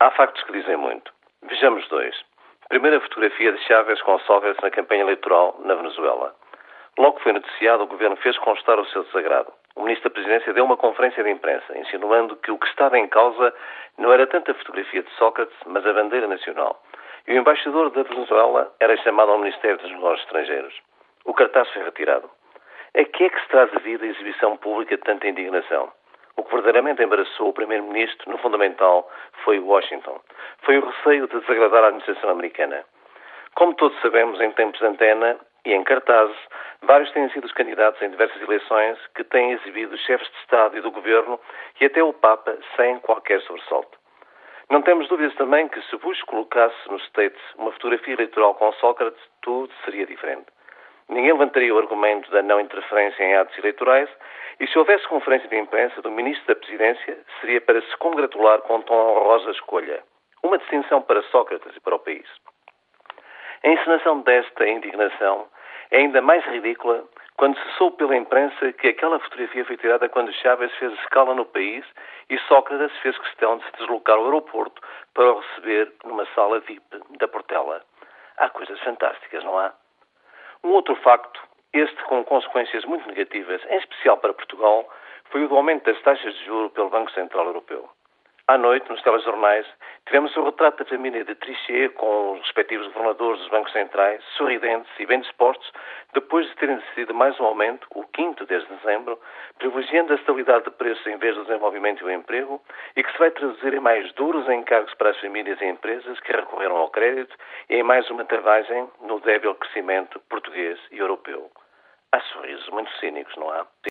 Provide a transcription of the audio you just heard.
Há factos que dizem muito. Vejamos dois. Primeiro, a fotografia de Chávez com Sócrates na campanha eleitoral na Venezuela. Logo que foi noticiado, o governo fez constar o seu desagrado. O ministro da Presidência deu uma conferência de imprensa, insinuando que o que estava em causa não era tanto a fotografia de Sócrates, mas a bandeira nacional. E o embaixador da Venezuela era chamado ao Ministério dos Negócios Estrangeiros. O cartaz foi retirado. A que é que se traz devido a exibição pública de tanta indignação? O que verdadeiramente embaraçou o primeiro-ministro, no fundamental, foi Washington. Foi o receio de desagradar a administração americana. Como todos sabemos, em tempos de antena e em cartazes, vários têm sido os candidatos em diversas eleições que têm exibido chefes de Estado e do Governo e até o Papa sem qualquer sobressalto. Não temos dúvidas também que se Bush colocasse nos States uma fotografia eleitoral com Sócrates, tudo seria diferente. Ninguém levantaria o argumento da não interferência em atos eleitorais e se houvesse conferência de imprensa do Ministro da Presidência, seria para se congratular com tão honrosa escolha. Uma distinção para Sócrates e para o país. A encenação desta indignação é ainda mais ridícula quando se soube pela imprensa que aquela fotografia foi tirada quando Chávez fez escala no país e Sócrates fez questão de se deslocar ao aeroporto para o receber numa sala VIP da Portela. Há coisas fantásticas, não há? Um outro facto, este com consequências muito negativas, em especial para Portugal, foi o do aumento das taxas de juros pelo Banco Central Europeu. À noite, nos telejornais, tivemos o retrato da família de Trichet com os respectivos governadores dos bancos centrais, sorridentes e bem dispostos, depois de terem decidido mais um aumento, o quinto desde dezembro, privilegiando a estabilidade de preços em vez do desenvolvimento e o emprego, e que se vai traduzir em mais duros encargos para as famílias e empresas que recorreram ao crédito e em mais uma travagem no débil crescimento português e europeu. Há sorrisos muito cínicos, não há?